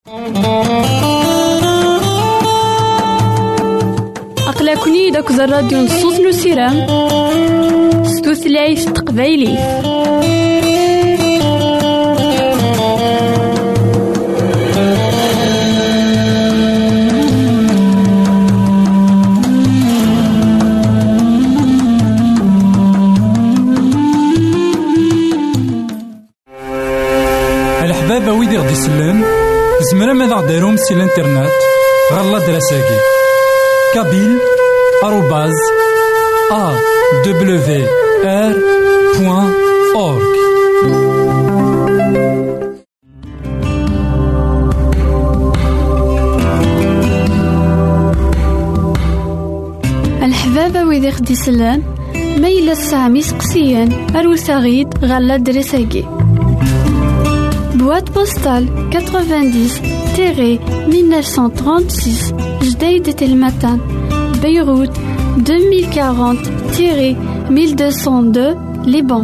أقلكني داك الراديو نصوص نسيرام ستوثلايف تقبايلي. الحبابة ويدي غدي يسلم زمرا ماذا غديرهم سي الانترنت غالا دراساكي kabyle@awr.org. الحبابة ويدي غدي يسلم ميلا السامي سقسيان أروساغيد غالا دراساكي boîte postale 90-1936 Jdeïd Telmatan Beyrouth 2040-1202 Liban.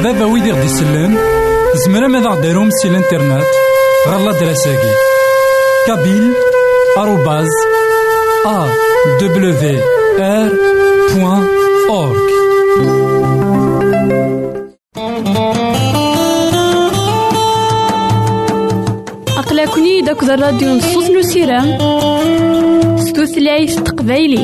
الحبابة ويدي غدي يسلم زمرا ماذا غديرهم سي الانترنت غالا دراساكي kabil@awr.org. أقلكني داك الراديو نصوص نسيرام ستوثلايف تقبايلي.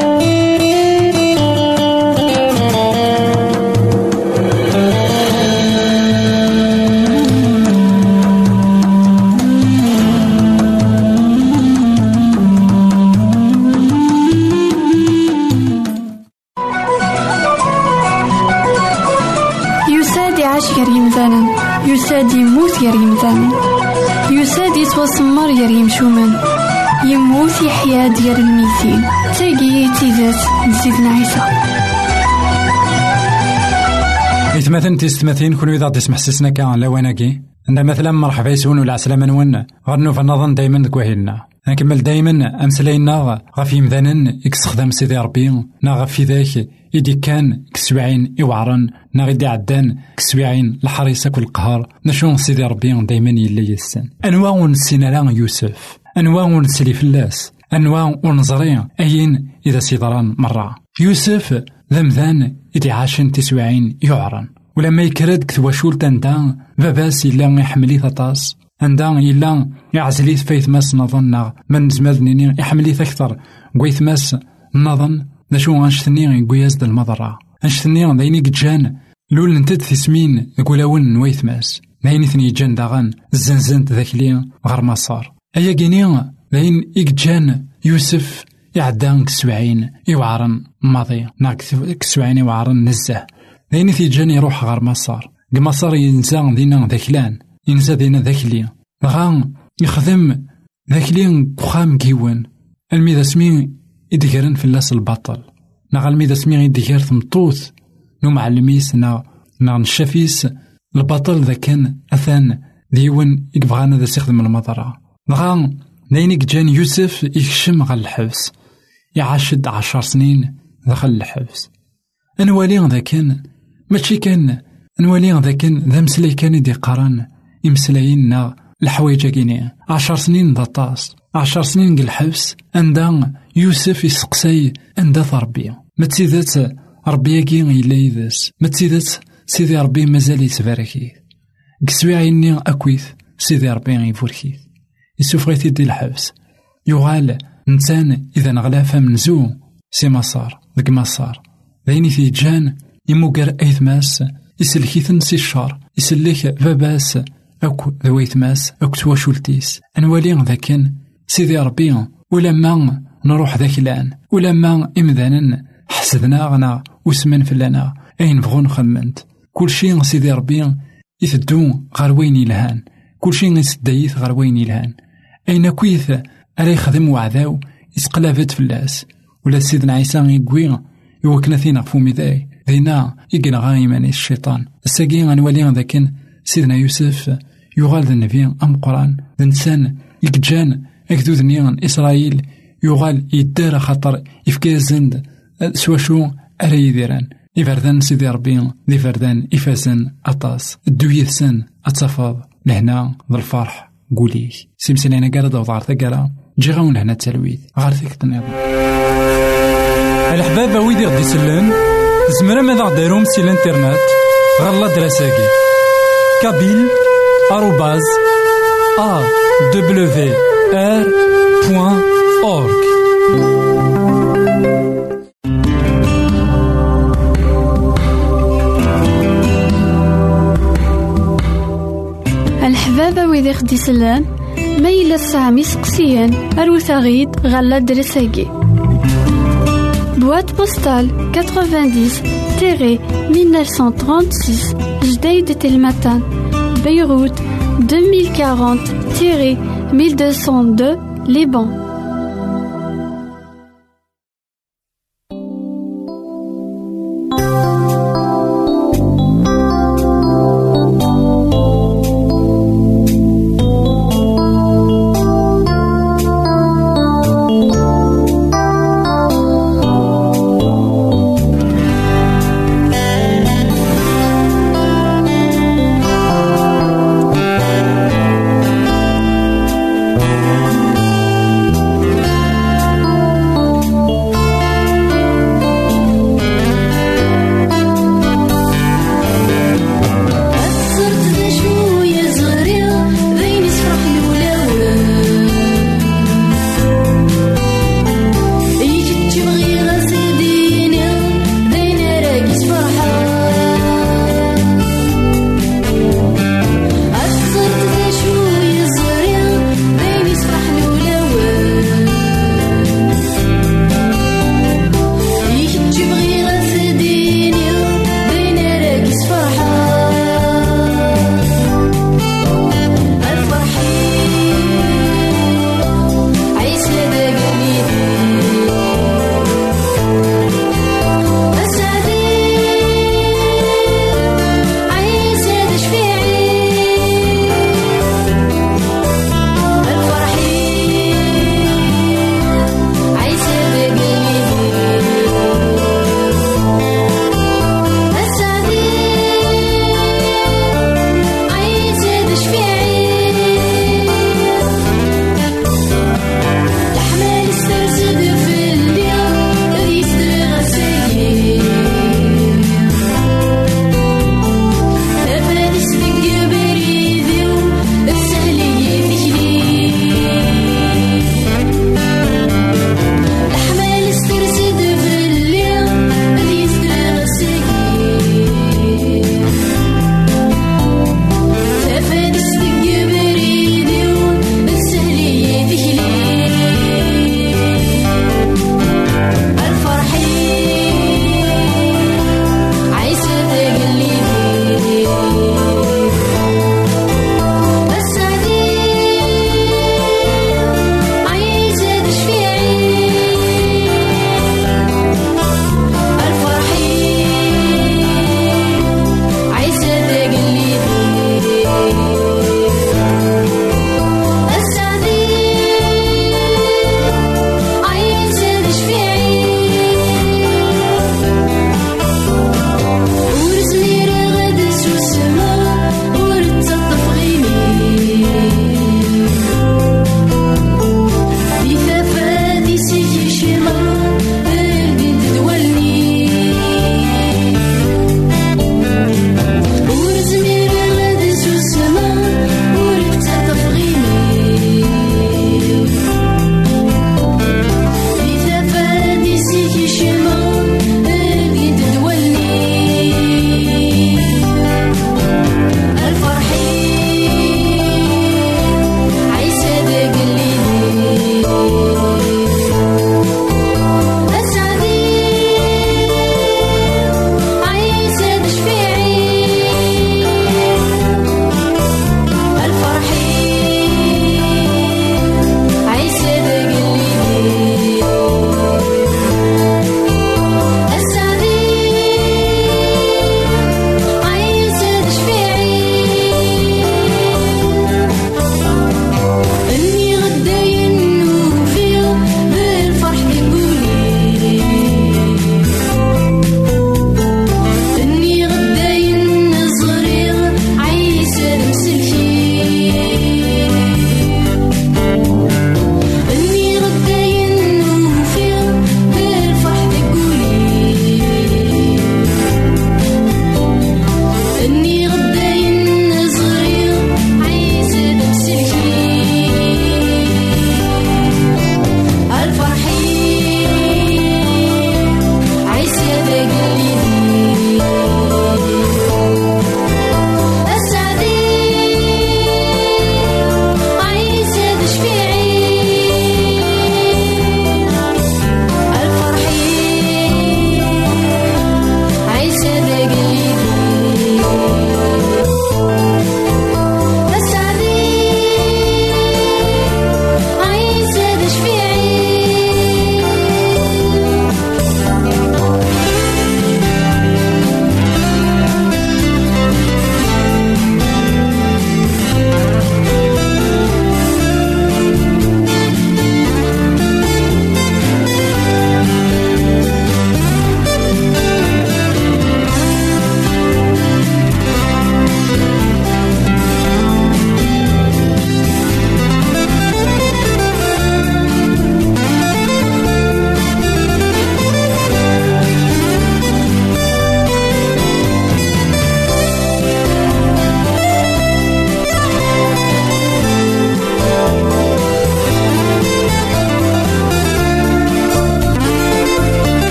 يعيش يمثالا يساد يموت يمثالا يساد يتوسمر يمشومان يموت يحيا ديال الميتين تاقي تيزات نسيتنا عيسى إثمثن تستمثين كل إذا تسمح سسنا كان لواناكي عندما مثلا مرحبا يسون ولا عسلامة نون غنو فنظن دايما دكواهلنا نكمل دايما أمسلينا غفي مذانا يكسخدم سيدي ربي نا غفي ذاك إدي كان كسوعين إوعرن نا غيدي عدان كسوعين الحريصة كل قهار نشون سيدي ربي دايما يلي يسن أنواع ونسينا لا يوسف أنواع ونسلي فلاس أنواع ونزري أين إذا سيدران مرة يوسف ذمذان إدي عاشن تسوعين يعرن ولما يكرد كتواشول تندان باباس إلا يحملي ثطاس عندان إلا يعزليث فايث ماس نظن من زمادنيني يحمليث أكثر قويث ماس نظن نشو غنشتني قوياز دا المضرة غنشتني دايني قجان لول نتد ثسمين قولاون نويث ماس دايني ثني جان داغن الزنزنت ذاكلي غير مصار أيا كيني داين إقجان يوسف يعدان كسوعين يوعرن ماضي ناك كسوعين يوعرن نزه دايني في جان يروح غير مصار قمصار ينزا دينا ذاكلان ينزا دينا ذاكلي غان يخدم ذاكلي قخام كيوان الميدا سمين يدقرن في اللاس البطل نغ الميدا سمين يدقر ثمطوث نو معلميس نغ نشافيس البطل ذا كان أثان ديوان يكبغانا ذا سيخدم المضرة غان داينيك جان يوسف يكشم غال الحبس يعاشد 10 سنين دخل الحبس أنوالي ذا كان ماشي كان نوالي ذا كان ذا مسلي كان يدي قران يمسلاينا الحوايج كيني 10 سنين ذا طاس 10 سنين قل الحبس عندها يوسف يسقسي عندها ربي ما تسيدات ربي كي إلا يذس ما تسيدات سيدي ربي مازال يتباركي كسوي عيني أكويث سيدي ربي يفوركي يسوفغي تيدي الحبس يغال إنسان إذا نغلا فمنزو سي مسار ذك مسار ذيني في جان يموكر أيثماس يسلكيثن سي الشار يسلك باباس أكو ذويثماس أكو تواشولتيس أنوالي ذاكن سيدي ربي ولما نروح ذاك الآن ولما إمذانا حسدنا غنا وسمن فلنا أين بغون خمنت كل شيء سيدي ربي يثدو غير وين يلهان كل شيء يسدايث غير وين يلهان أين كويث أري خدم وعذاو يسقلافت فلاس ولا سيدنا عيسى يقوي يوكنا ثينا فومي ذاي ذينا يقنا غايماني الشيطان الساقي غنولي ذاكن سيدنا يوسف يغال ذا النبي أم قرآن ذا إنسان يكجان أكدود نيان إسرائيل يغال يدار خطر إفكاز زند سواشو أري يديران إفردان سيدي ربي ذي فردان إفازن أطاس الدويث سن أتصفاض لهنا ذا الفرح قولي سيمسلينا قارد وضعر ثقالا جي غاون لهنا التلويث غارثيك تنظر الحبابة ويدي غدي يسلم زمرا ماذا غديرهم سي الانترنت غالا دراساكي kabil@awr.org. الحبابة ويدي غدي يسلم ما إلا سامي سقسيان أروثاغيد غالا دراساكي Boîte postale 90-1936 Jdeï de Telmatan Beyrouth 2040-1202 Liban.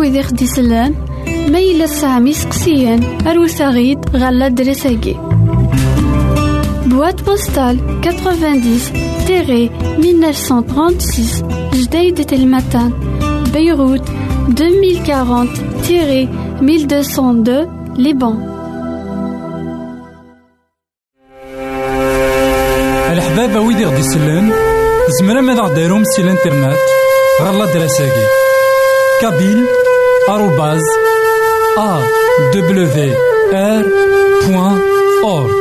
ويدي خدي سلان ما إلا سامي سقسيان أروثاغيد غالا دريساكي. Boîte postale 90-1936 Jdeïd Telmatan, Beyrouth 2040-1202 Liban. الحبابة ويدي غدي سلان زمرا ماذا غديرهم سي الانترنت غالا دراساكي kabyle@awr.org.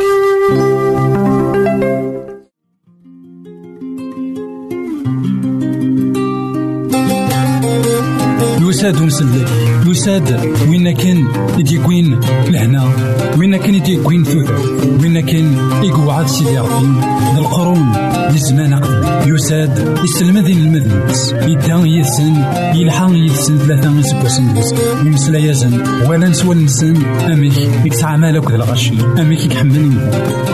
يساد ونسلك يساد وين كان يديكوين لهنا وين كان يديكوين ثوث وين كان يقعد سيدي ربي القرون للزمان قديم يساد يسلم ذي المذنبس يدان يسن يلحق يسن ثلاثة يسبوسن يمسلا يزن ولا نسوى النسن أميك يكسع مالك ذا الغشي أميك يحملني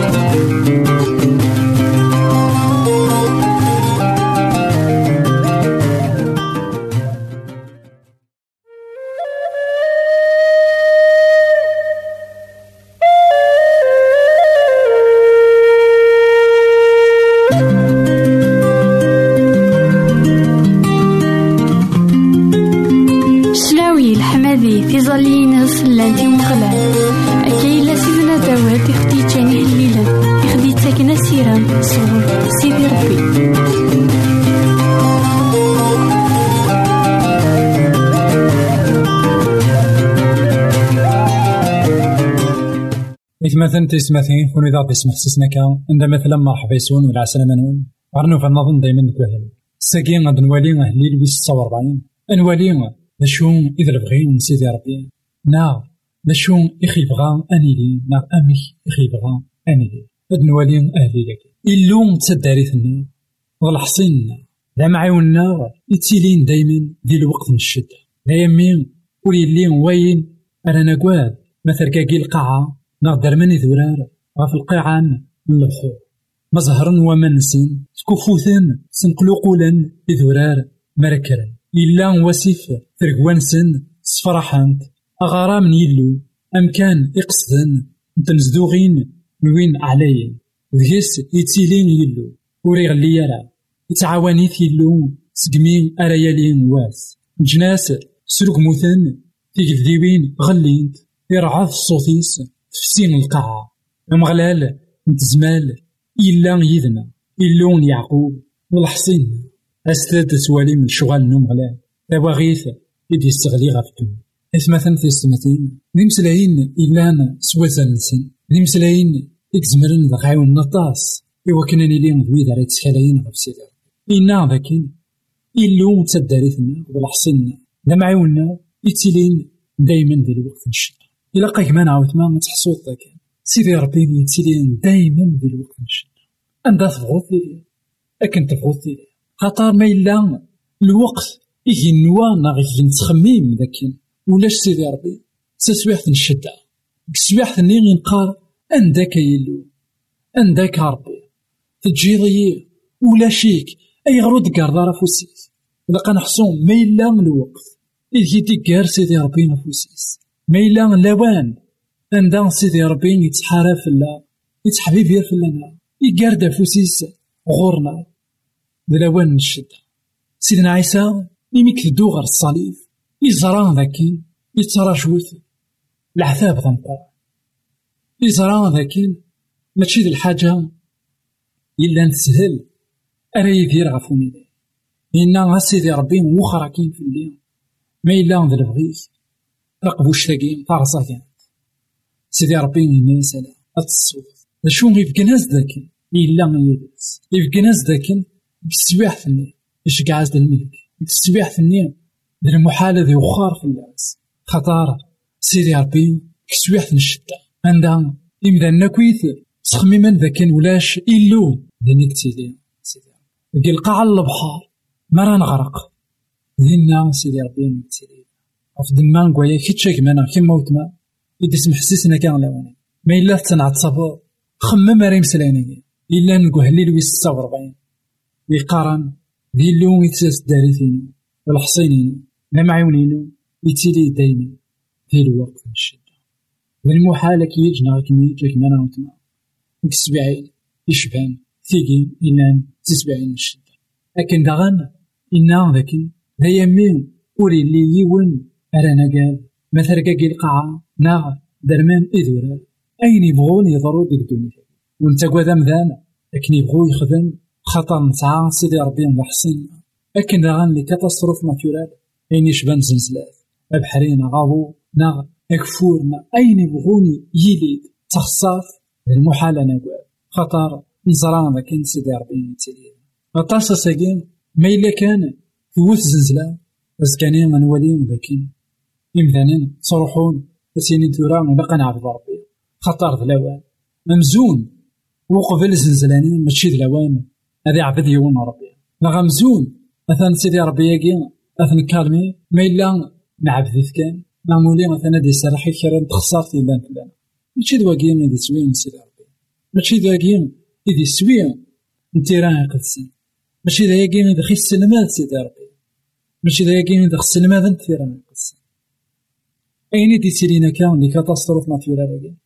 في ظلين سلانتي ومغلال أكيلا سيدنا داوود يخدي تاني هليلا يخدي تاكنا سيران صور سيدي ربي. إثماثن تسمثين كون إذا بسم حسسنا كان عندما مثلا مرحبا يسون ولا عسلامة نون عرنو فالنظن دايما نكوهل الساقين غد نوالي أهليل ويس 49 نوالي لشون إذا بغين سيدي ربي نا لشون إخي بغا أنيلي نا أمي إخي بغا أنيلي هاد نوالي أهلي لك إلو تداريثنا والحصيننا لا معاونا يتيلين دايما دي الوقت من الشدة لا يمين وليلين وين أنا نقواد مثل كاكي القاعة نقدر مني ذورار غاف القيعان من البحور مزهرن ومنسن سكوفوثن سنقلوقولا بذورار مركرا إلا وسيف ترقوانسن سفرحانت أغارا من يلو أمكان إقصدن نتنزدوغين نوين عليا ذيس يتيلين يلو وريغلي يرى يتعاونيث يلو سقمين أريالين واس جناس سلوك موثن تيقذيوين غلينت يرعاف الصوتيس تفسين القاعة مغلال نتزمال إلا يذنا إلون يعقوب والحصين أستاذ سوالي من شغال نوم غلال تواغيث يدي يستغلي غفتون إثمثن في السمتين نمسلاين إلانا سوازا نسن نمسلاين إكزمرن ذغايون نطاس إوا كناني لين ذوي داري تسكالاين غف سيدار إنا ذاكين إلو تداريثنا والحصيننا لمعيونا يتيلين دايما ذي الوقت نشد إلا قايمان عاوتما ما تحصوط ذاك سيدي ربي يتيلين دايما ذي الوقت نشد أندا تفغوط لي أكن تفغوط لي خاطر ما إلا الوقت إيه النوا ناغي نتخميم ذاكين ولاش سيدي ربي تسويحت نشدة كسويحت نيغي نقار أنداك يلو أنداك ربي تجيضي ولا شيك أي غرود قردار فوسيس إلا قنحصون ما إلا الوقت إذ يدقار سيدي ربي نفوسيس ما إلا لوان أندا سيدي ربي يتحارى فلا يتحبيب ير فلنا يقارد فوسيس غورنا بلوان نشدة سيدنا عيسى يميك تدو غير الصليب يزران ذاكين يترى شوث العذاب ضمطر يزران ذاكين ماشي ذي الحاجة إلا نتسهل أرا يدير غفو ميدي إنا سيدي ربي وخراكين في الليل ما إلا ذا البغيث رقبوش ثاقين طارصاكين سيدي ربي الناس على التصوف شو يبقى ناس ذاكين إلا يدرس يبقى ناس ذاكين بالسباح في النيل يشقع عزد الملك بالسباح في النيل ذا المحالة ذي وخار في الناس خطار سيدي ربي كسباح نشدة عندها إمذا نكويث تخميما ذا كان ولاش إلو ذنك سيدي ربي القاع على البحر مرا نغرق ذينا سيدي ربي سيدي أفضل ما نقويا كيتشاك مانا كيما وتما إذا سمح سيسنا كان لوانا ما إلا تنع تصبر خمم ريم سلاني إلا نقوه الليل ويس 46 يقارن ذي اللون يتساس داريثينو والحصينينو لا معيونينو يتيلي دايما في الوقت من الشدة. بالمحال كي يجنا كمي جاك مانا وتما مكسبعين يشبهان ثيقين إنان تسبعين من الشدة. لكن داغن إنا ذاكن هيا مين أوري اللي يون أرانا قال مثل كاكي القاعة ناغ درمان إذورا أين يبغون يضروا ديك الدنيا وانت قوذا مذانا لكن يبغو يخدم خطر نتاع سيدي ربي محسن. لكن داغن لي كاتاستروف ناتورال أين يشبان زلزلات أبحرين غاضو ناغ أكفورنا أين يبغوني يليد تخصاف المحال أنا قوال خطر نزران ذاكين سيدي ربي نتيلي غطاسة ساقين ما إلا كان ثوث زلزلة بس كانين غنوليهم ذاكين يمثانين صروحون سيني تورا باقا نعبد ربي خطر ذلاوان ممزون وقبل الزلزلانين ماشي ذلاوان هذا عبد يوم ربي لا مزون مثلا سيدي ربي ياكي اثن كالمي ما إلا نعبد كان نعمولي مثلا دي سراحي كران تخسرت إلا فلان ماشي دواكين يدي سوين سيدي ربي ماشي دواكين يدي سوين نتي راه قدسن ماشي دواكين يدي خي السلمات سيدي ربي ماشي دواكين يدي خي السلمات نتي راه قدسن أين دي سيرينا كان لي كاتاستروف ناتورال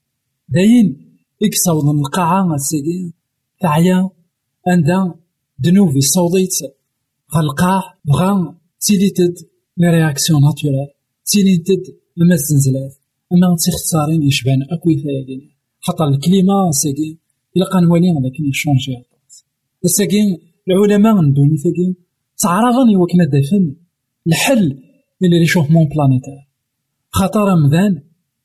داين إكساو من القاعة الساقين تعيا عندها دنوفي صوتيت غالقاع بغا تيليتد لي رياكسيون ناتورال تيليتد لما الزنزلات أما تيختارين يشبان أكوي ثاقين خاطر الكليما الساقين إلا قانوالين لكن يشونجي الساقين العلماء ندوني ثاقين تعرضني وكنا دافن الحل اللي ريشوفمون بلانيتار خطر مذان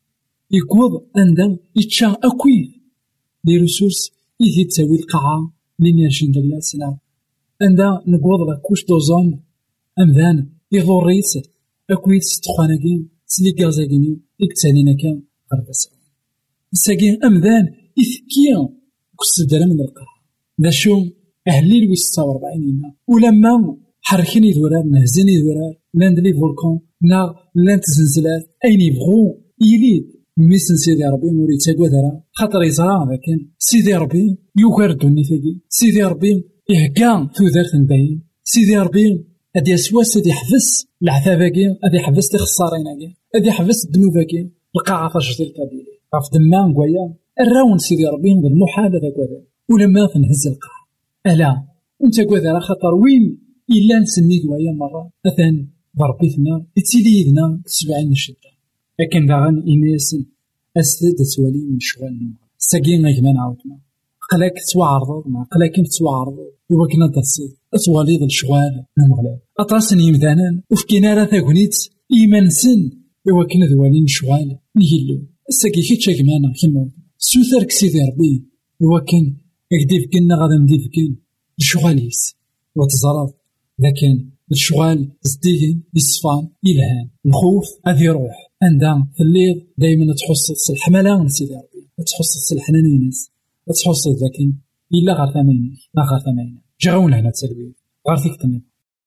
يكوض عندهم يتشا أكويد لي ريسورس إذي تساوي القاعة لينيرجي نداك سنا عندها نقوض لاكوش دوزون أمذان يضوريس أكويد ستخواناكين سلي غازاكينيو إكتالينا كان غربسا الساقين أمذان إثكيا كسدرا من القاعة دا شو أهلي لويس 46 ولما حركيني دورار نهزيني دورار لاندلي فولكون نا لان تزنزلات أين يبغو يليد ميسن سيدي ربي موري تاقوى دارا خاطر يزرع لكن سيدي ربي يوكردوني ثاقي سيدي ربي يهكا ثوذارت نباين سيدي ربي أدي يسواس أدي يحبس العذاباكي أدي يحبس تخساريناكي أدي يحبس الدنوباكي القاعة تجدي الكبير غاف دمان قويا الراون سيدي ربي من المحال هذا قوذا ولما تنهز القاعة ألا انت قوذا خاطر وين إلا نسني قويا مرة مثلا ضربيتنا اتيليدنا 70 الشدة لكن داغن إنيسن أسد تسوالي من شغل ساقين غيكمان عاوتنا قلاك توعرض ما قلاك توعرض وكنا تصيد أتواليض الشغال نمغلال أطاسن يمدانا وفكينا راه ثاكونيت إيمان سن وكنا ذوالين الشغال نيلو الساقي كيتشا كمانا كيما سوثرك سيدي ربي وكن يكديف كنا غادا نديف كن الشغاليس وتزرط لكن الشغال زديين يصفان يلهان الخوف أذي روح عندها في الليل دايما تحصص الحملة من سيدي ربي تحصص الحنانينس تحصص لكن إلا غير ثمانين لا غير ثمانين جاونا هنا تسلوي غير فيك تنين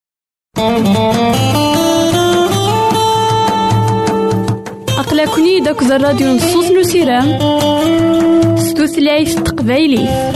أقلكني داك الراديو نصوص نسيران ستوثلايف تقبايلي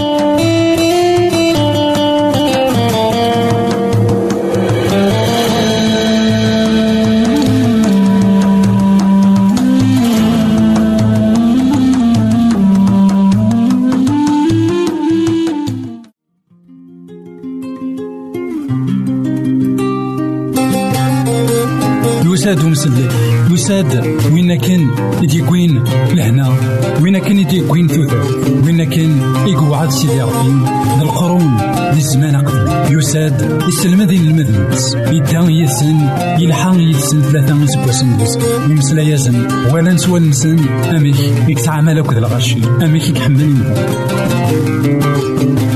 يساد ومسلي يساد وين كان يديكوين لهنا وين كان يديكوين ثوثر وين كان يقعد سيدي ربي للقرون للزمان قديم يساد يسلم ذي المذنبس يدان يسن يلحق يسن 3 سبوسن يمسلا يزن ولا نسوى نسن أميك يتعامل كذا الغشي أميك يحمل